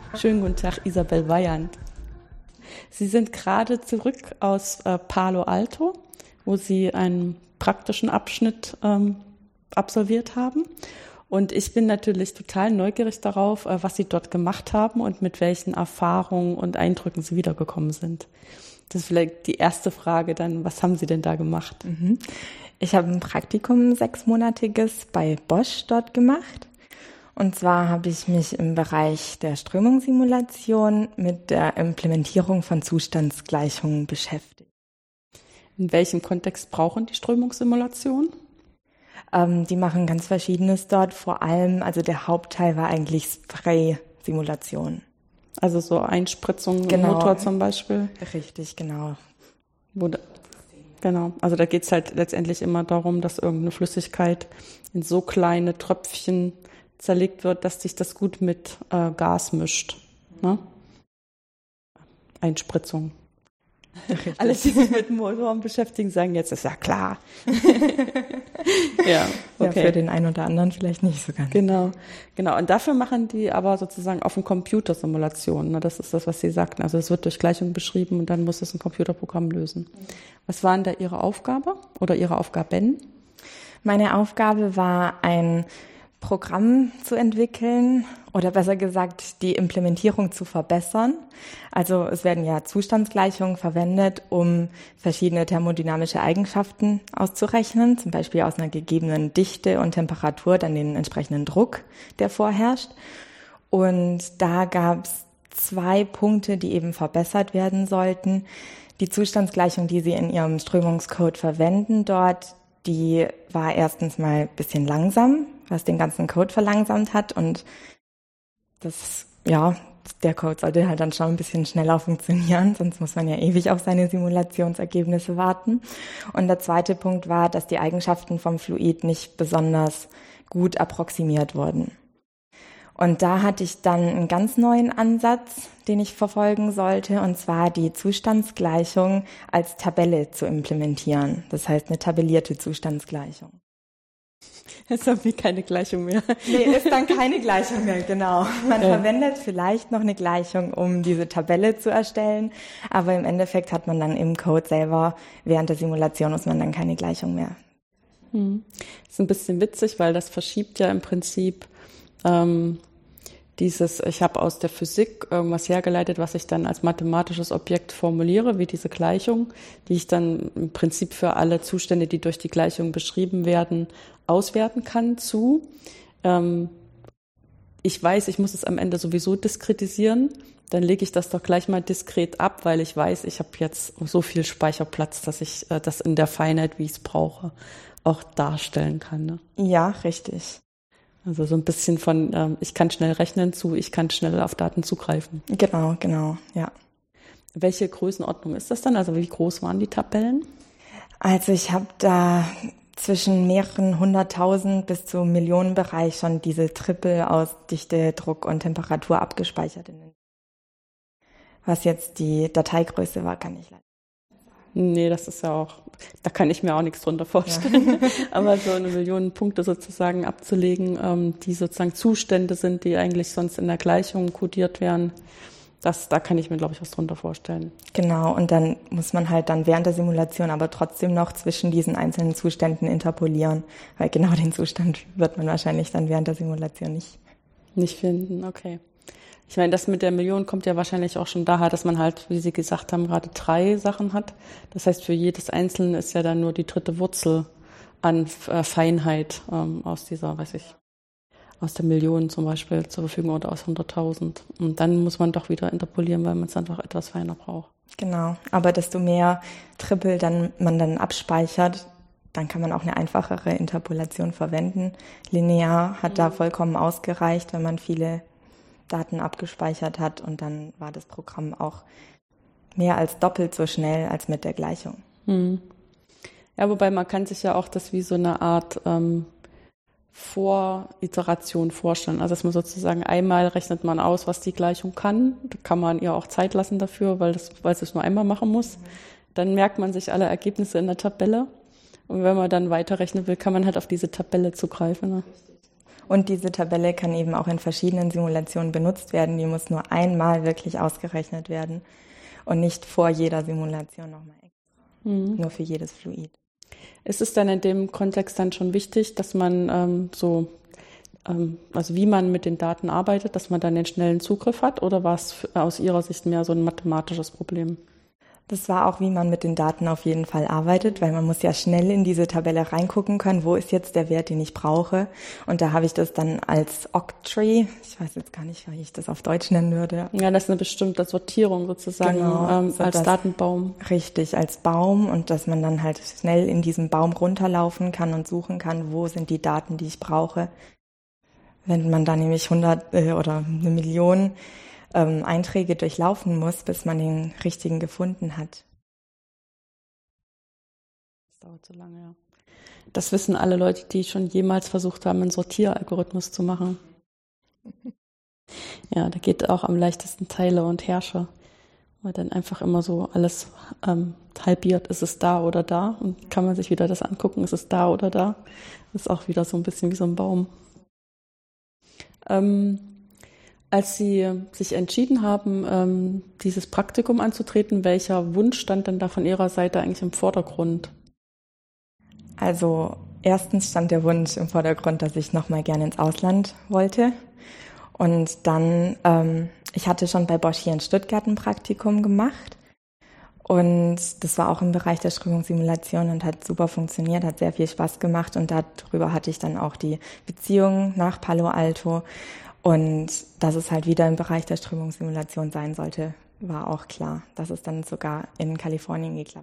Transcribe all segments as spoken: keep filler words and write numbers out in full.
Schönen guten Tag, Isabel Weyand. Sie sind gerade zurück aus äh, Palo Alto, wo Sie einen praktischen Abschnitt ähm, absolviert haben. Und ich bin natürlich total neugierig darauf, äh, was Sie dort gemacht haben und mit welchen Erfahrungen und Eindrücken Sie wiedergekommen sind. Das ist vielleicht die erste Frage dann, was haben Sie denn da gemacht? Mhm. Ich habe ein Praktikum, sechsmonatiges, bei Bosch dort gemacht. Und zwar habe ich mich im Bereich der Strömungssimulation mit der Implementierung von Zustandsgleichungen beschäftigt. In welchem Kontext brauchen die Strömungssimulationen? Ähm, die machen ganz Verschiedenes dort. Vor allem, also der Hauptteil war eigentlich Spray-Simulation. Also so Einspritzungen Genau. im Motor zum Beispiel? Richtig, genau. Wo da, genau, also da geht es halt letztendlich immer darum, dass irgendeine Flüssigkeit in so kleine Tröpfchen zerlegt wird, dass sich das gut mit äh, Gas mischt. Ne? Einspritzung. Richtig. Alle, die sich mit Motoren beschäftigen, sagen jetzt, ist ja klar. ja, okay. Ja, für den einen oder anderen vielleicht nicht so ganz. Genau, genau. Und dafür machen die aber sozusagen auf dem Computer Simulationen. Ne? Das ist das, was Sie sagten. Also es wird durch Gleichung beschrieben und dann muss es ein Computerprogramm lösen. Was waren da Ihre Aufgabe oder Ihre Aufgaben? Meine Aufgabe war, ein Programm zu entwickeln oder besser gesagt die Implementierung zu verbessern. Also es werden ja Zustandsgleichungen verwendet, um verschiedene thermodynamische Eigenschaften auszurechnen, zum Beispiel aus einer gegebenen Dichte und Temperatur dann den entsprechenden Druck, der vorherrscht. Und da gab es zwei Punkte, die eben verbessert werden sollten. Die Zustandsgleichung, die Sie in Ihrem Strömungscode verwenden dort, die war erstens mal ein bisschen langsam, was den ganzen Code verlangsamt hat, und das, ja, der Code sollte halt dann schon ein bisschen schneller funktionieren, sonst muss man ja ewig auf seine Simulationsergebnisse warten. Und der zweite Punkt war, dass die Eigenschaften vom Fluid nicht besonders gut approximiert wurden. Und da hatte ich dann einen ganz neuen Ansatz, den ich verfolgen sollte, und zwar die Zustandsgleichung als Tabelle zu implementieren. Das heißt eine tabellierte Zustandsgleichung. Jetzt haben wir keine Gleichung mehr. Nee, ist dann keine Gleichung mehr, genau. Man ja. verwendet vielleicht noch eine Gleichung, um diese Tabelle zu erstellen, aber im Endeffekt hat man dann im Code selber, während der Simulation muss man dann keine Gleichung mehr. Hm. Das ist ein bisschen witzig, weil das verschiebt ja im Prinzip ähm, dieses, ich habe aus der Physik irgendwas hergeleitet, was ich dann als mathematisches Objekt formuliere, wie diese Gleichung, die ich dann im Prinzip für alle Zustände, die durch die Gleichung beschrieben werden, auswerten kann zu. Ähm, ich weiß, ich muss es am Ende sowieso diskretisieren, dann lege ich das doch gleich mal diskret ab, weil ich weiß, ich habe jetzt so viel Speicherplatz, dass ich äh, das in der Feinheit, wie ich es brauche, auch darstellen kann. Ne? Ja, richtig. Also so ein bisschen von, ähm, ich kann schnell rechnen zu, ich kann schnell auf Daten zugreifen. Genau, genau, ja. Welche Größenordnung ist das dann? Also wie groß waren die Tabellen? Also ich habe da zwischen mehreren hunderttausend bis zu Millionenbereich schon diese Triple aus Dichte, Druck und Temperatur abgespeichert. Was jetzt die Dateigröße war, kann ich leider. Nee, das ist ja auch, da kann ich mir auch nichts drunter vorstellen. Ja. Aber so eine Million Punkte sozusagen abzulegen, ähm, die sozusagen Zustände sind, die eigentlich sonst in der Gleichung kodiert werden, das, da kann ich mir, glaube ich, was drunter vorstellen. Genau, und dann muss man halt dann während der Simulation aber trotzdem noch zwischen diesen einzelnen Zuständen interpolieren, weil genau den Zustand wird man wahrscheinlich dann während der Simulation nicht. Nicht finden, okay. Ich meine, das mit der Million kommt ja wahrscheinlich auch schon daher, dass man halt, wie Sie gesagt haben, gerade drei Sachen hat. Das heißt, für jedes Einzelne ist ja dann nur die dritte Wurzel an äh, Feinheit ähm, aus dieser, weiß ich, aus der Million zum Beispiel zur Verfügung oder aus hunderttausend. Und dann muss man doch wieder interpolieren, weil man es dann doch etwas feiner braucht. Genau, aber desto mehr Triple dann man dann abspeichert, dann kann man auch eine einfachere Interpolation verwenden. Linear hat mhm. da vollkommen ausgereicht, wenn man viele Daten abgespeichert hat, und dann war das Programm auch mehr als doppelt so schnell als mit der Gleichung. Hm. Ja, wobei man kann sich ja auch das wie so eine Art ähm, Voriteration vorstellen. Also dass man sozusagen einmal rechnet man aus, was die Gleichung kann. Da kann man ihr auch Zeit lassen dafür, weil das, weil es nur einmal machen muss. Mhm. Dann merkt man sich alle Ergebnisse in der Tabelle. Und wenn man dann weiterrechnen will, kann man halt auf diese Tabelle zugreifen. Ne? Und diese Tabelle kann eben auch in verschiedenen Simulationen benutzt werden. Die muss nur einmal wirklich ausgerechnet werden und nicht vor jeder Simulation nochmal extra. Mhm. Nur für jedes Fluid. Ist es dann in dem Kontext dann schon wichtig, dass man ähm, so, ähm, also wie man mit den Daten arbeitet, dass man dann den schnellen Zugriff hat, oder war es aus Ihrer Sicht mehr so ein mathematisches Problem? Das war auch, wie man mit den Daten auf jeden Fall arbeitet, weil man muss ja schnell in diese Tabelle reingucken können, wo ist jetzt der Wert, den ich brauche. Und da habe ich das dann als Octree, ich weiß jetzt gar nicht, wie ich das auf Deutsch nennen würde. Ja, das ist eine bestimmte Sortierung sozusagen, genau, ähm, so als Datenbaum. Richtig, als Baum, und dass man dann halt schnell in diesem Baum runterlaufen kann und suchen kann, wo sind die Daten, die ich brauche. Wenn man da nämlich hundert äh, oder eine Million Ähm, Einträge durchlaufen muss, bis man den richtigen gefunden hat. Das dauert so lange, ja. Das wissen alle Leute, die schon jemals versucht haben, einen Sortieralgorithmus zu machen. Ja, da geht auch am leichtesten Teile und Herrscher, weil dann einfach immer so alles ähm, halbiert, ist es da oder da, und kann man sich wieder das angucken, ist es da oder da. Das ist auch wieder so ein bisschen wie so ein Baum. Ähm, Als Sie sich entschieden haben, ähm, dieses Praktikum anzutreten, welcher Wunsch stand denn da von Ihrer Seite eigentlich im Vordergrund? Also erstens stand der Wunsch im Vordergrund, dass ich noch mal gerne ins Ausland wollte. Und dann, ähm, ich hatte schon bei Bosch hier in Stuttgart ein Praktikum gemacht. Und das war auch im Bereich der Strömungssimulation und hat super funktioniert, hat sehr viel Spaß gemacht. Und darüber hatte ich dann auch die Beziehung nach Palo Alto. Und dass es halt wieder im Bereich der Strömungssimulation sein sollte, war auch klar. Dass es dann sogar in Kalifornien geklappt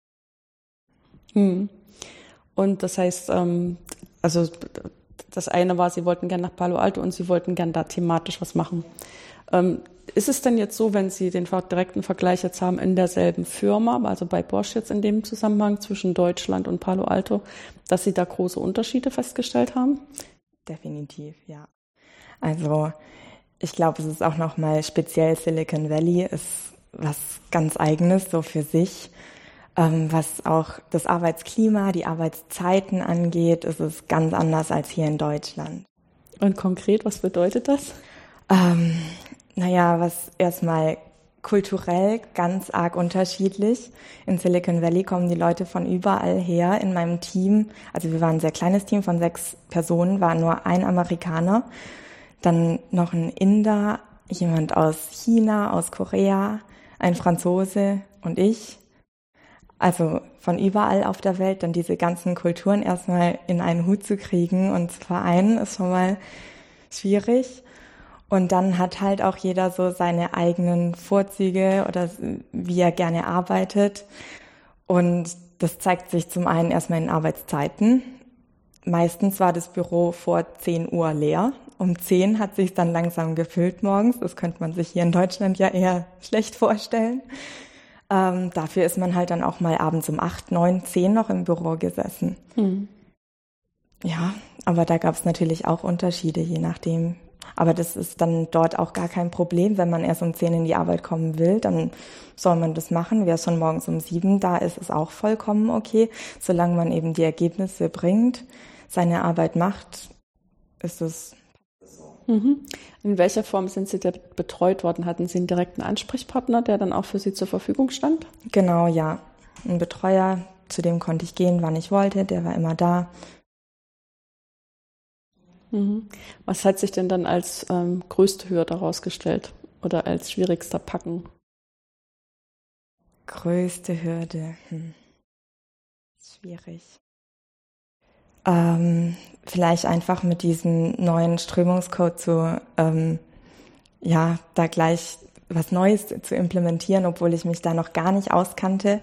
hat. Hm. Und das heißt, ähm, also das eine war, Sie wollten gern nach Palo Alto und Sie wollten gern da thematisch was machen. Ähm, ist es denn jetzt so, wenn Sie den direkten Vergleich jetzt haben in derselben Firma, also bei Bosch jetzt in dem Zusammenhang zwischen Deutschland und Palo Alto, dass Sie da große Unterschiede festgestellt haben? Definitiv, ja. Also ich glaube, es ist auch nochmal speziell Silicon Valley, ist was ganz Eigenes so für sich. Ähm, was auch das Arbeitsklima, die Arbeitszeiten angeht, ist es ganz anders als hier in Deutschland. Und konkret, was bedeutet das? Ähm, naja, was erstmal kulturell ganz arg unterschiedlich. In Silicon Valley kommen die Leute von überall her. In meinem Team, also wir waren ein sehr kleines Team von sechs Personen, war nur ein Amerikaner. Dann noch ein Inder, jemand aus China, aus Korea, ein Franzose und ich. Also von überall auf der Welt, dann diese ganzen Kulturen erstmal in einen Hut zu kriegen und zu vereinen, ist schon mal schwierig. Und dann hat halt auch jeder so seine eigenen Vorzüge oder wie er gerne arbeitet. Und das zeigt sich zum einen erstmal in Arbeitszeiten. Meistens war das Büro vor zehn Uhr leer. Um zehn hat sich dann langsam gefüllt morgens. Das könnte man sich hier in Deutschland ja eher schlecht vorstellen. Ähm, dafür ist man halt dann auch mal abends um acht, neun, zehn noch im Büro gesessen. Hm. Ja, aber da gab es natürlich auch Unterschiede, je nachdem. Aber das ist dann dort auch gar kein Problem. Wenn man erst um zehn in die Arbeit kommen will, dann soll man das machen. Wer schon morgens um sieben da ist, ist auch vollkommen okay. Solange man eben die Ergebnisse bringt, seine Arbeit macht, ist es so. Mhm. In welcher Form sind Sie da betreut worden? Hatten Sie einen direkten Ansprechpartner, der dann auch für Sie zur Verfügung stand? Genau, ja. Ein Betreuer, zu dem konnte ich gehen, wann ich wollte. Der war immer da. Mhm. Was hat sich denn dann als ähm, größte Hürde herausgestellt oder als schwierigster Packen? Größte Hürde? Hm. Schwierig. Ähm, vielleicht einfach mit diesem neuen Strömungscode zu, ähm, ja, da gleich was Neues zu implementieren, obwohl ich mich da noch gar nicht auskannte.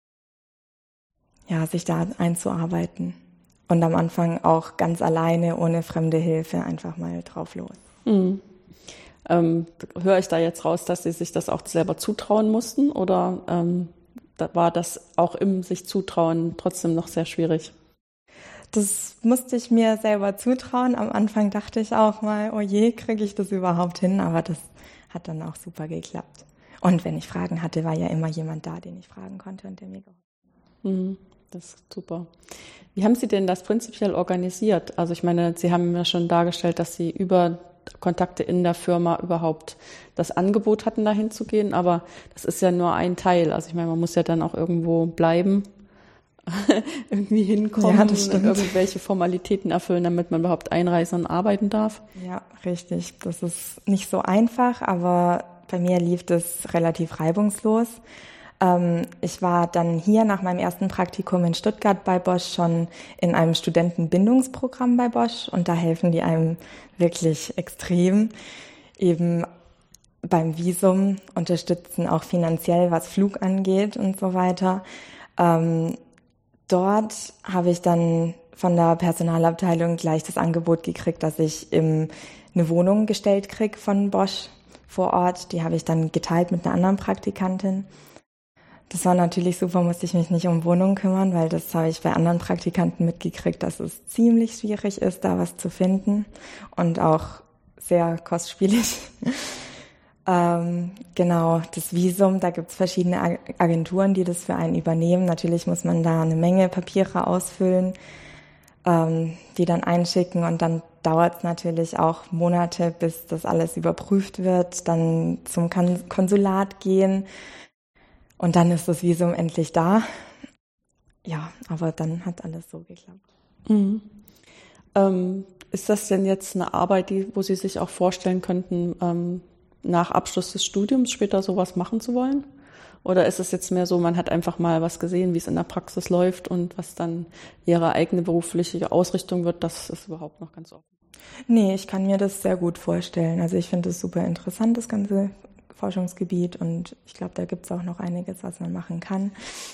Ja, sich da einzuarbeiten. Und am Anfang auch ganz alleine, ohne fremde Hilfe, einfach mal drauf los. Mhm. Ähm, höre ich da jetzt raus, dass Sie sich das auch selber zutrauen mussten? Oder ähm, da war das auch im sich zutrauen trotzdem noch sehr schwierig? Das musste ich mir selber zutrauen. Am Anfang dachte ich auch mal, oh je, kriege ich das überhaupt hin? Aber das hat dann auch super geklappt. Und wenn ich Fragen hatte, war ja immer jemand da, den ich fragen konnte und der mir geholfen hat. Mhm. Das ist super. Wie haben Sie denn das prinzipiell organisiert? Also ich meine, Sie haben ja schon dargestellt, dass Sie über Kontakte in der Firma überhaupt das Angebot hatten, dahin zu gehen, aber das ist ja nur ein Teil. Also ich meine, man muss ja dann auch irgendwo bleiben, irgendwie hinkommen, ja, das stimmt. Irgendwelche Formalitäten erfüllen, damit man überhaupt einreisen und arbeiten darf. Ja, richtig. Das ist nicht so einfach, aber bei mir lief das relativ reibungslos. Ähm, ich war dann hier nach meinem ersten Praktikum in Stuttgart bei Bosch schon in einem Studentenbindungsprogramm bei Bosch und da helfen die einem wirklich extrem. Eben beim Visum unterstützen auch finanziell, was Flug angeht und so weiter. Ähm, dort habe ich dann von der Personalabteilung gleich das Angebot gekriegt, dass ich im, eine Wohnung gestellt kriege von Bosch vor Ort. Die habe ich dann geteilt mit einer anderen Praktikantin. Das war natürlich super, musste ich mich nicht um Wohnungen kümmern, weil das habe ich bei anderen Praktikanten mitgekriegt, dass es ziemlich schwierig ist, da was zu finden und auch sehr kostspielig. ähm, genau, das Visum, da gibt es verschiedene Agenturen, die das für einen übernehmen. Natürlich muss man da eine Menge Papiere ausfüllen, ähm, die dann einschicken und dann dauert es natürlich auch Monate, bis das alles überprüft wird, dann zum Konsulat gehen. Und dann ist das Visum endlich da. Ja, aber dann hat alles so geklappt. Mhm. Ähm, ist das denn jetzt eine Arbeit, die, wo Sie sich auch vorstellen könnten, ähm, nach Abschluss des Studiums später sowas machen zu wollen? Oder ist es jetzt mehr so, man hat einfach mal was gesehen, wie es in der Praxis läuft und was dann Ihre eigene berufliche Ausrichtung wird, das ist überhaupt noch ganz offen? Nee, ich kann mir das sehr gut vorstellen. Also ich finde es super interessant, das ganze Forschungsgebiet und ich glaube, da gibt es auch noch einiges, was man machen kann.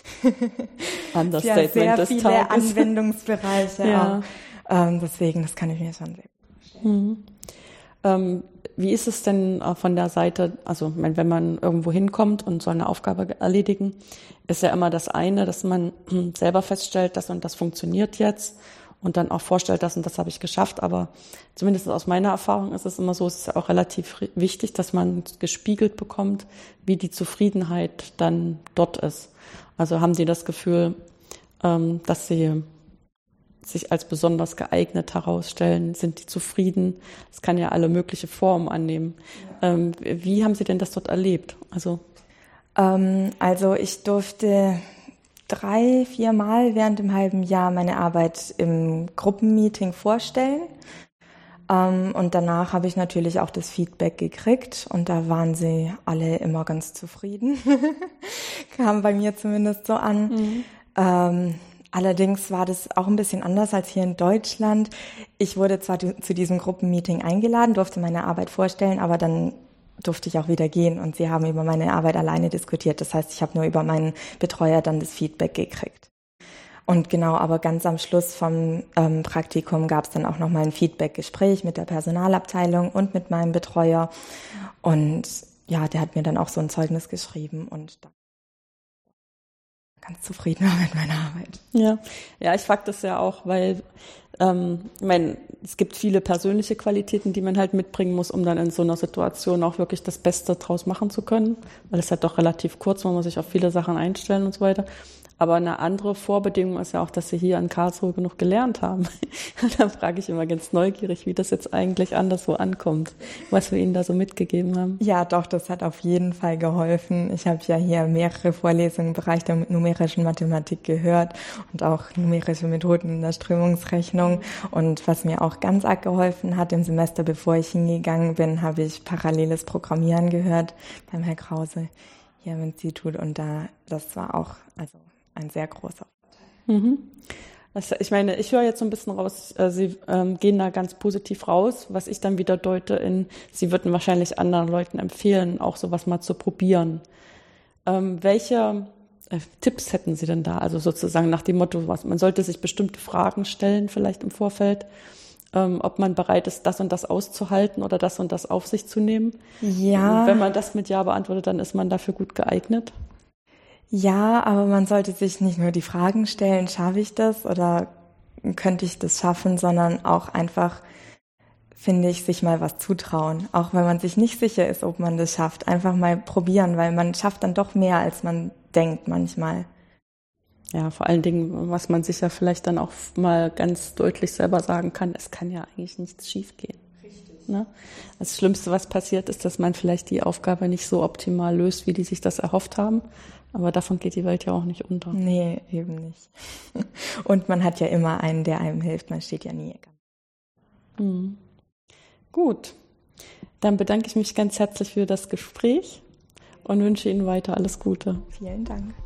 Understatement ja, sehr des viele Tages. Anwendungsbereiche ja. auch. Ähm, deswegen, das kann ich mir schon sehr gut vorstellen. Mhm. Ähm, wie ist es denn von der Seite, also wenn man irgendwo hinkommt und soll eine Aufgabe erledigen, ist ja immer das eine, dass man selber feststellt, das und das funktioniert jetzt und dann auch vorstellt, das und das habe ich geschafft. Aber zumindest aus meiner Erfahrung ist es immer so, es ist auch relativ wichtig, dass man gespiegelt bekommt, wie die Zufriedenheit dann dort ist. Also haben Sie das Gefühl, dass Sie sich als besonders geeignet herausstellen? Sind die zufrieden? Es kann ja alle mögliche Formen annehmen. Ja. Wie haben Sie denn das dort erlebt? Also, ähm, also ich durfte drei, vier Mal während dem halben Jahr meine Arbeit im Gruppenmeeting vorstellen. Ähm, und danach habe ich natürlich auch das Feedback gekriegt und da waren sie alle immer ganz zufrieden. Kam bei mir zumindest so an. Mhm. Ähm, allerdings war das auch ein bisschen anders als hier in Deutschland. Ich wurde zwar zu diesem Gruppenmeeting eingeladen, durfte meine Arbeit vorstellen, aber dann durfte ich auch wieder gehen und sie haben über meine Arbeit alleine diskutiert. Das heißt, ich habe nur über meinen Betreuer dann das Feedback gekriegt. Und genau, aber ganz am Schluss vom ähm, Praktikum gab es dann auch nochmal ein Feedback-Gespräch mit der Personalabteilung und mit meinem Betreuer. Und ja, der hat mir dann auch so ein Zeugnis geschrieben und da ganz zufrieden war mit meiner Arbeit. Ja, ja, ich frage das ja auch, weil ähm, ich meine, es gibt viele persönliche Qualitäten, die man halt mitbringen muss, um dann in so einer Situation auch wirklich das Beste draus machen zu können, weil es halt doch relativ kurz, man muss sich auf viele Sachen einstellen und so weiter. Aber eine andere Vorbedingung ist ja auch, dass Sie hier in Karlsruhe genug gelernt haben. Da frage ich immer ganz neugierig, wie das jetzt eigentlich anderswo ankommt, was wir Ihnen da so mitgegeben haben. Ja, doch, das hat auf jeden Fall geholfen. Ich habe ja hier mehrere Vorlesungen im Bereich der numerischen Mathematik gehört und auch numerische Methoden in der Strömungsrechnung. Und was mir auch ganz arg geholfen hat im Semester, bevor ich hingegangen bin, habe ich paralleles Programmieren gehört beim Herrn Krause hier im Institut. Und da, das war auch, also ein sehr großer Vorteil. Mhm. Also ich meine, ich höre jetzt so ein bisschen raus, äh, Sie ähm, gehen da ganz positiv raus, was ich dann wieder deute in, Sie würden wahrscheinlich anderen Leuten empfehlen, auch sowas mal zu probieren. Ähm, welche äh, Tipps hätten Sie denn da? Also sozusagen nach dem Motto, was man sollte sich bestimmte Fragen stellen, vielleicht im Vorfeld, ähm, ob man bereit ist, das und das auszuhalten oder das und das auf sich zu nehmen. Ja. Und wenn man das mit Ja beantwortet, dann ist man dafür gut geeignet. Ja, aber man sollte sich nicht nur die Fragen stellen, schaffe ich das oder könnte ich das schaffen, sondern auch einfach, finde ich, sich mal was zutrauen. Auch wenn man sich nicht sicher ist, ob man das schafft, einfach mal probieren, weil man schafft dann doch mehr, als man denkt manchmal. ja, vor allen Dingen, was man sich ja vielleicht dann auch mal ganz deutlich selber sagen kann, es kann ja eigentlich nichts schiefgehen. Richtig. Ne? Das Schlimmste, was passiert, ist, dass man vielleicht die Aufgabe nicht so optimal löst, wie die sich das erhofft haben. Aber davon geht die Welt ja auch nicht unter. Nee, eben nicht. Und man hat ja immer einen, der einem hilft. Man steht ja nie. Mhm. Gut, dann bedanke ich mich ganz herzlich für das Gespräch und wünsche Ihnen weiter alles Gute. Vielen Dank.